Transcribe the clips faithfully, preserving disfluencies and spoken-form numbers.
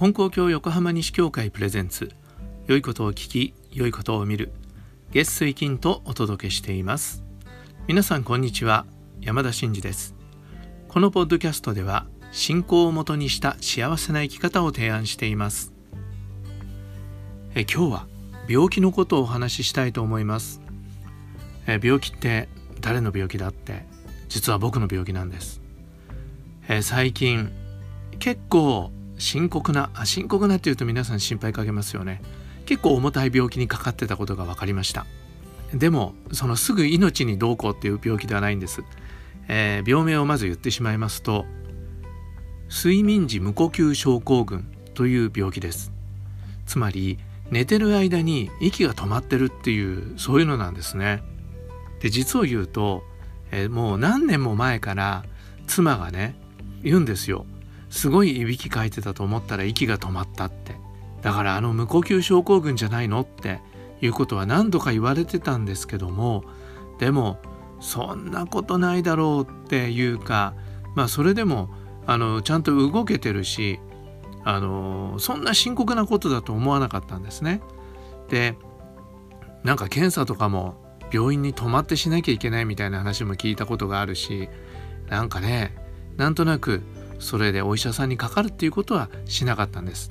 金光教横浜西教会プレゼンツ、良いことを聞き良いことを見る、月水金とお届けしています。皆さんこんにちは、山田真嗣です。このポッドキャストでは信仰をもとにした幸せな生き方を提案しています。え今日は病気のことをお話ししたいと思います。え病気って誰の病気だって、実は僕の病気なんです。え最近結構深刻なあ深刻なっていうと皆さん心配かけますよね。結構重たい病気にかかってたことが分かりました。でもそのすぐ命にどうこうっていう病気ではないんです。えー、病名をまず言ってしまいますと、睡眠時無呼吸症候群という病気です。つまり寝てる間に息が止まってるっていうそういうのなんですね。で実を言うと、えー、もう何年も前から妻がね言うんですよ。すごいいびきかいてたと思ったら息が止まったって。だからあの無呼吸症候群じゃないのっていうことは何度か言われてたんですけども、でもそんなことないだろうっていうか、まあそれでもあのちゃんと動けてるし、あのそんな深刻なことだと思わなかったんですね。でなんか検査とかも病院に泊まってしなきゃいけないみたいな話も聞いたことがあるし、なんかねなんとなくそれでお医者さんにかかるっていうことはしなかったんです。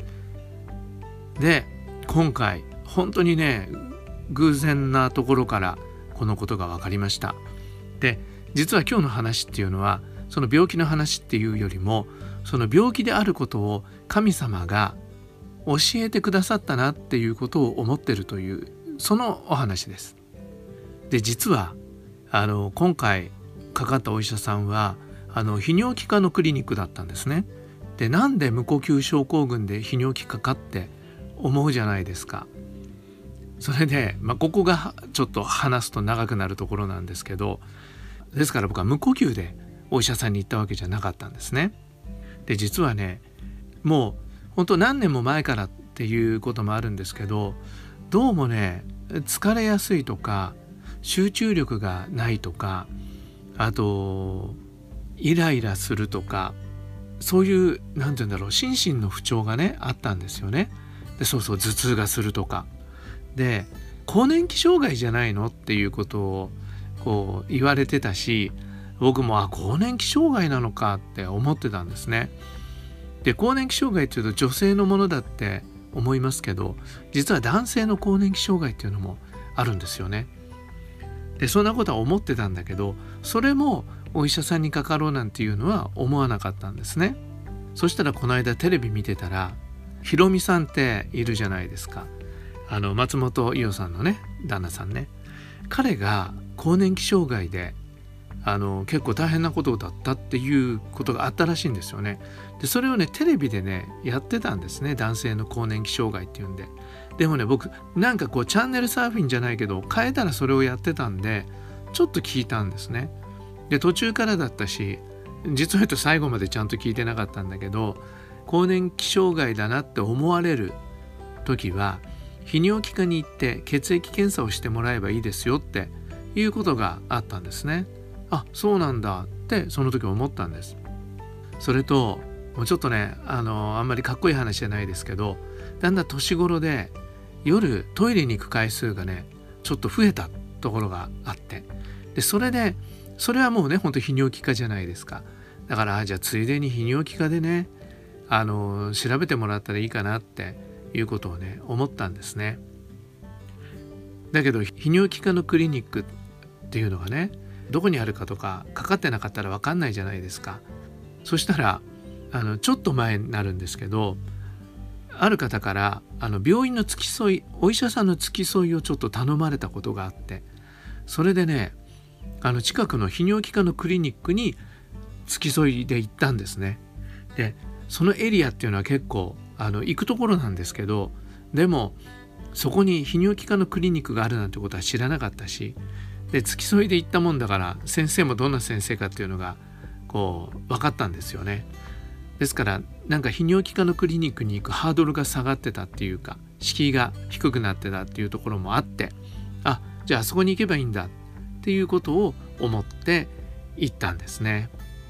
で今回本当にね偶然なところからこのことが分かりました。で実は今日の話っていうのはその病気の話っていうよりも、その病気であることを神様が教えてくださったなっていうことを思ってるというそのお話です。で実はあの今回かかったお医者さんはあの泌尿器科のクリニックだったんですね。でなんで無呼吸症候群で泌尿器科かって思うじゃないですか。それで、まあ、ここがちょっと話すと長くなるところなんですけど、ですから僕は無呼吸でお医者さんに行ったわけじゃなかったんですね。で実はねもう本当何年も前からっていうこともあるんですけど、どうもね疲れやすいとか集中力がないとか、あとイライラするとか、そういうなんて言うんだろう心身の不調がねあったんですよね。でそうそう頭痛がするとかで、更年期障害じゃないのっていうことをこう言われてたし、僕もあ更年期障害なのかって思ってたんですね。で更年期障害っていうと女性のものだって思いますけど、実は男性の更年期障害っていうのもあるんですよね。でそんなことは思ってたんだけど、それもお医者さんにかかろうなんていうのは思わなかったんですね。そしたらこの間テレビ見てたら、ひろみさんっているじゃないですか。あの松本伊代さんのね旦那さんね。彼が更年期障害であの結構大変なことだったっていうことがあったらしいんですよね。でそれをねテレビでねやってたんですね、男性の更年期障害っていうんで。でもね僕なんかこうチャンネルサーフィンじゃないけど変えたらそれをやってたんでちょっと聞いたんですね。で途中からだったし、実を言うと最後までちゃんと聞いてなかったんだけど、更年期障害だなって思われる時は泌尿器科に行って血液検査をしてもらえばいいですよっていうことがあったんですね。あ、そうなんだってその時思ったんです。それともうちょっとね あのあんまりかっこいい話じゃないですけど、だんだん年頃で夜トイレに行く回数がねちょっと増えたところがあって、でそれでそれはもうね本当泌尿器科じゃないですか。だからじゃあついでに泌尿器科でねあの調べてもらったらいいかなっていうことをね思ったんですね。だけど泌尿器科のクリニックっていうのがねどこにあるかとかかかってなかったら分かんないじゃないですか。そしたらあのちょっと前になるんですけど、ある方からあの病院の付き添いお医者さんの付き添いをちょっと頼まれたことがあって、それでねあの近くの泌尿器科のクリニックに付き添いで行ったんですね。でそのエリアっていうのは結構あの行くところなんですけど、でもそこに泌尿器科のクリニックがあるなんてことは知らなかったし、で付き添いで行ったもんだから先生もどんな先生かっていうのがこう分かったんですよね。ですからなんか泌尿器科のクリニックに行くハードルが下がってたっていうか、敷居が低くなってたっていうところもあって、あじゃああそこに行けばいいんだっていうことを思って行ったんですね。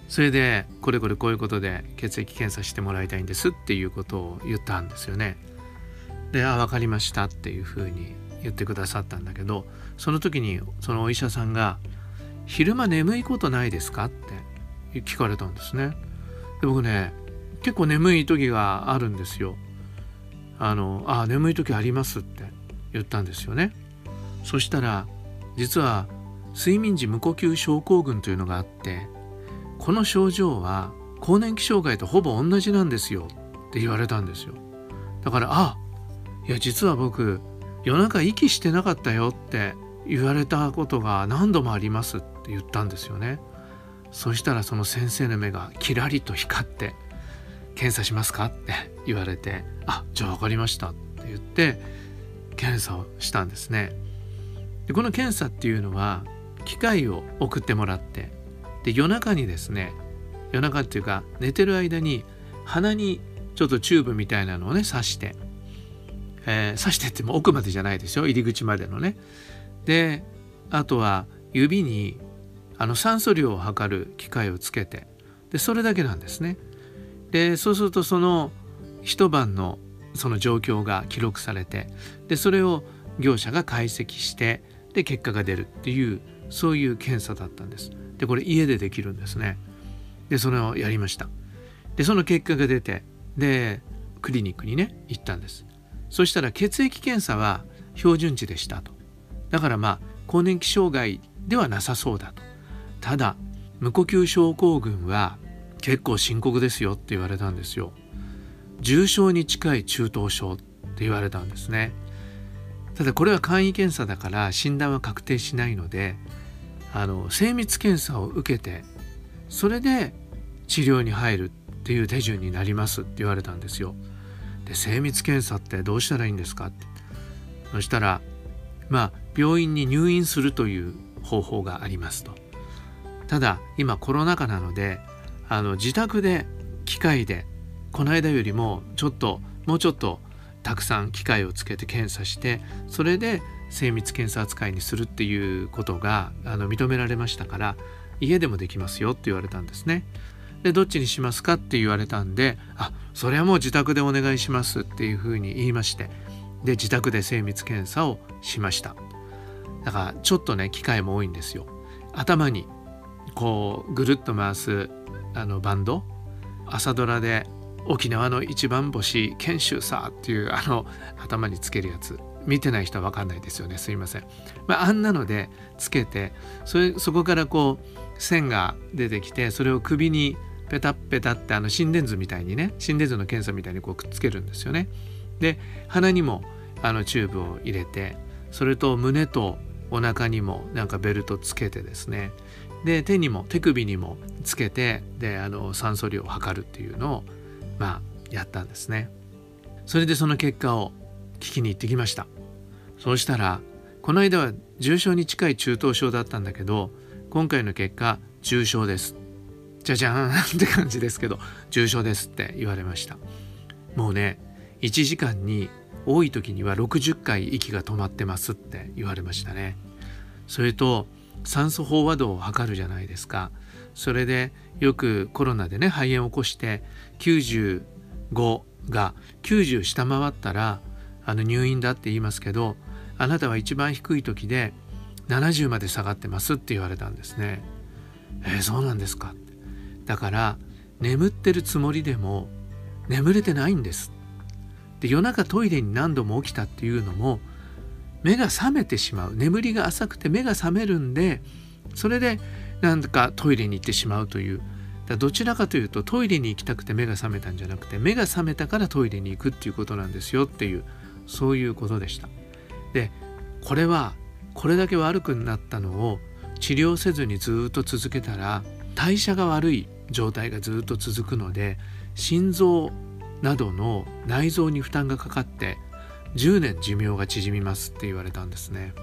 それでこれこれこういうことで血液検査してもらいたいんですっていうことを言ったんですよね。で、あ、分かりましたっていうふうに言ってくださったんだけど、その時にそのお医者さんが昼間眠いことないですかって聞かれたんですね。で、僕ね結構眠い時があるんですよ。あのあ眠い時ありますって言ったんですよね。そしたら実は睡眠時無呼吸症候群というのがあって、この症状は更年期障害とほぼ同じなんですよって言われたんですよ。だから、あ、いや実は僕夜中息してなかったよって言われたことが何度もありますって言ったんですよね。そしたらその先生の目がキラリと光って、検査しますかって言われて、あ、じゃあ分かりましたって言って検査をしたんですね。で、この検査っていうのは機械を送ってもらって、で夜中にですね、夜中っていうか寝てる間に鼻にちょっとチューブみたいなのをね刺して、えー、刺してっても奥までじゃないですよ、入り口までのね。であとは指にあの酸素量を測る機械をつけて、でそれだけなんですね。でそうするとその一晩のその状況が記録されて、でそれを業者が解析して、で結果が出るっていう、そういう検査だったんです。でこれ家でできるんですね。でそれをやりました。でその結果が出て、でクリニックにね行ったんです。そしたら血液検査は標準値でしたと。だからまあ更年期障害ではなさそうだと。ただ無呼吸症候群は結構深刻ですよって言われたんですよ。重症に近い中等症って言われたんですね。ただこれは簡易検査だから診断は確定しないので、あの精密検査を受けて、それで治療に入るっていう手順になりますって言われたんですよ。で精密検査ってどうしたらいいんですかって。そしたらまあ病院に入院するという方法がありますと。ただ今コロナ禍なので、あの自宅で機械でこの間よりもちょっともうちょっとたくさん機械をつけて検査して、それで精密検査扱いにするっていうことがあの認められましたから、家でもできますよって言われたんですね。でどっちにしますかって言われたんで、あ、それはもう自宅でお願いしますっていうふうに言いまして、で自宅で精密検査をしました。だからちょっとね機械も多いんですよ。頭にこうぐるっと回すあのバンド、朝ドラで沖縄の一番星賢秀さっていうあの頭につけるやつ、見てない人は分かんないですよね、すいません。まあ、あんなのでつけて、それそこからこう線が出てきて、それを首にペタッペタってあの心電図みたいにね、心電図の検査みたいにこうくっつけるんですよね。で鼻にもあのチューブを入れて、それと胸とお腹にもなんかベルトつけてですね、で手にも手首にもつけて、であの酸素量を測るっていうのをまあやったんですね。それでその結果を聞きに行ってきました。そうしたらこの間は重症に近い中等症だったんだけど、今回の結果重症です、じゃじゃーんって感じですけど、重症ですって言われました。もうねいちじかんに多い時にはろくじゅっかい息が止まってますって言われましたね。それと酸素飽和度を測るじゃないですか。それでよくコロナでね肺炎を起こしてきゅうじゅうごがきゅうじゅう下回ったらあの入院だって言いますけど、あなたは一番低い時でななじゅうまで下がってますって言われたんですね。えー、そうなんですか。だから眠ってるつもりでも眠れてないんです。で夜中トイレに何度も起きたっていうのも目が覚めてしまう、眠りが浅くて目が覚めるんで、それでなんかトイレに行ってしまうという、だどちらかというとトイレに行きたくて目が覚めたんじゃなくて、目が覚めたからトイレに行くっていうことなんですよっていう、そういうことでした。でこれはこれだけ悪くなったのを治療せずにずっと続けたら代謝が悪い状態がずっと続くので、心臓などの内臓に負担がかかってじゅうねん寿命が縮みますって言われたんですね。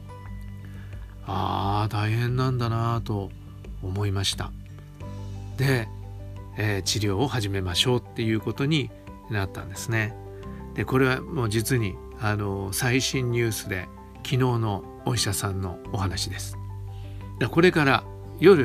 あー大変なんだなと思いました。で、えー、治療を始めましょうっていうことになったんですね。でこれはもう実にあの最新ニュースで昨日のお医者さんのお話です。でこれから夜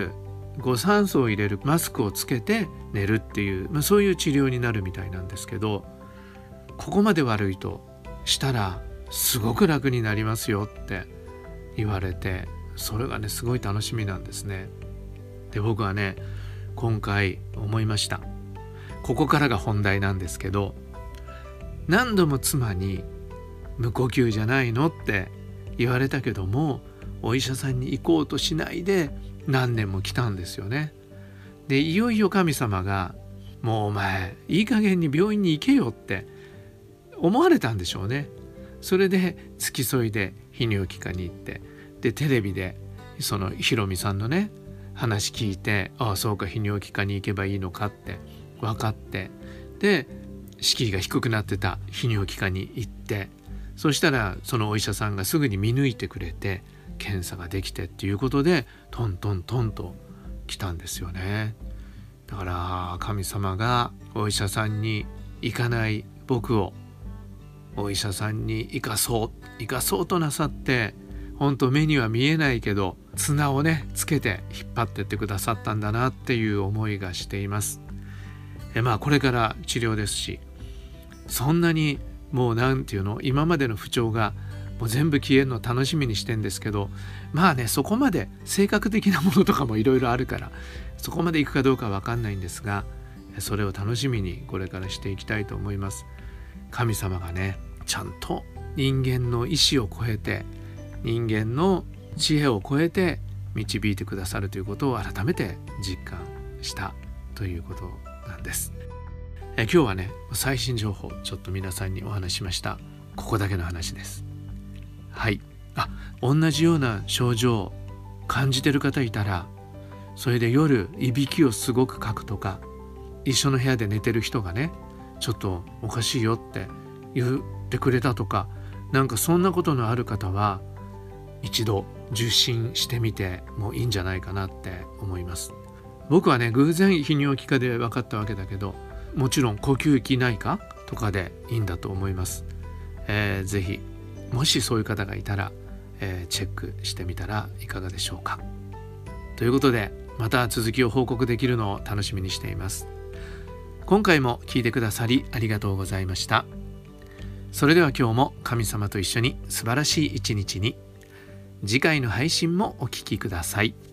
こう酸素を入れるマスクをつけて寝るっていう、まあ、そういう治療になるみたいなんですけど、ここまで悪いとしたらすごく楽になりますよって言われて、それがねすごい楽しみなんですね。で僕はね今回思いました。ここからが本題なんですけど、何度も妻に無呼吸じゃないのって言われたけども、お医者さんに行こうとしないで何年も来たんですよね。でいよいよ神様がもうお前いい加減に病院に行けよって思われたんでしょうね。それで付き添いで泌尿器科に行って、でテレビでそのひろみさんのね話聞いて、ああそうか泌尿器科に行けばいいのかって分かって、で敷居が低くなってた泌尿器科に行って、そしたらそのお医者さんがすぐに見抜いてくれて検査ができてっていうことでトントントンと来たんですよね。だから神様がお医者さんに行かない僕をお医者さんに生かそう生かそうとなさって、本当目には見えないけど綱をねつけて引っ張ってってくださったんだなっていう思いがしています。えまあこれから治療ですし、そんなにもうなんていうの、今までの不調がもう全部消えるのを楽しみにしてんですけど、まあねそこまで性格的なものとかもいろいろあるからそこまでいくかどうかは分かんないんですが、それを楽しみにこれからしていきたいと思います。神様がねちゃんと人間の意志を超えて、人間の知恵を超えて導いてくださるということを改めて実感したということなんです。え今日はね最新情報ちょっと皆さんにお話ししました。ここだけの話です。はい。あ、同じような症状を感じてる方いたら、それで夜いびきをすごくかくとか、一緒の部屋で寝てる人がねちょっとおかしいよって言ってくれたとか、なんかそんなことのある方は一度受診してみてもいいんじゃないかなって思います。僕はね偶然泌尿器科で分かったわけだけど、もちろん呼吸器内科とかでいいんだと思います。えー、ぜひもしそういう方がいたら、えー、チェックしてみたらいかがでしょうか。ということでまた続きを報告できるのを楽しみにしています。今回も聞いてくださりありがとうございました。それでは今日も神様と一緒に素晴らしい一日に。次回の配信もお聞きください。